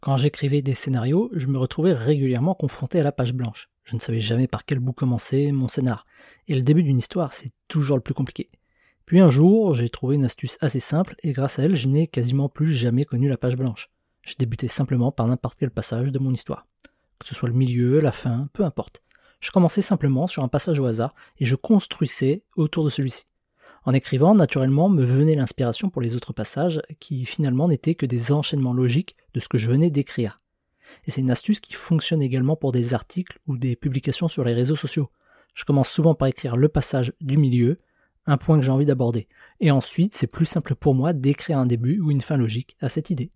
Quand j'écrivais des scénarios, je me retrouvais régulièrement confronté à la page blanche. Je ne savais jamais par quel bout commencer mon scénar. Et le début d'une histoire, c'est toujours le plus compliqué. Puis un jour, j'ai trouvé une astuce assez simple et grâce à elle, je n'ai quasiment plus jamais connu la page blanche. J'ai débuté simplement par n'importe quel passage de mon histoire. Que ce soit le milieu, la fin, peu importe. Je commençais simplement sur un passage au hasard et je construisais autour de celui-ci. En écrivant, naturellement, me venait l'inspiration pour les autres passages qui finalement n'étaient que des enchaînements logiques de ce que je venais d'écrire. Et c'est une astuce qui fonctionne également pour des articles ou des publications sur les réseaux sociaux. Je commence souvent par écrire le passage du milieu, un point que j'ai envie d'aborder. Et ensuite, c'est plus simple pour moi d'écrire un début ou une fin logique à cette idée.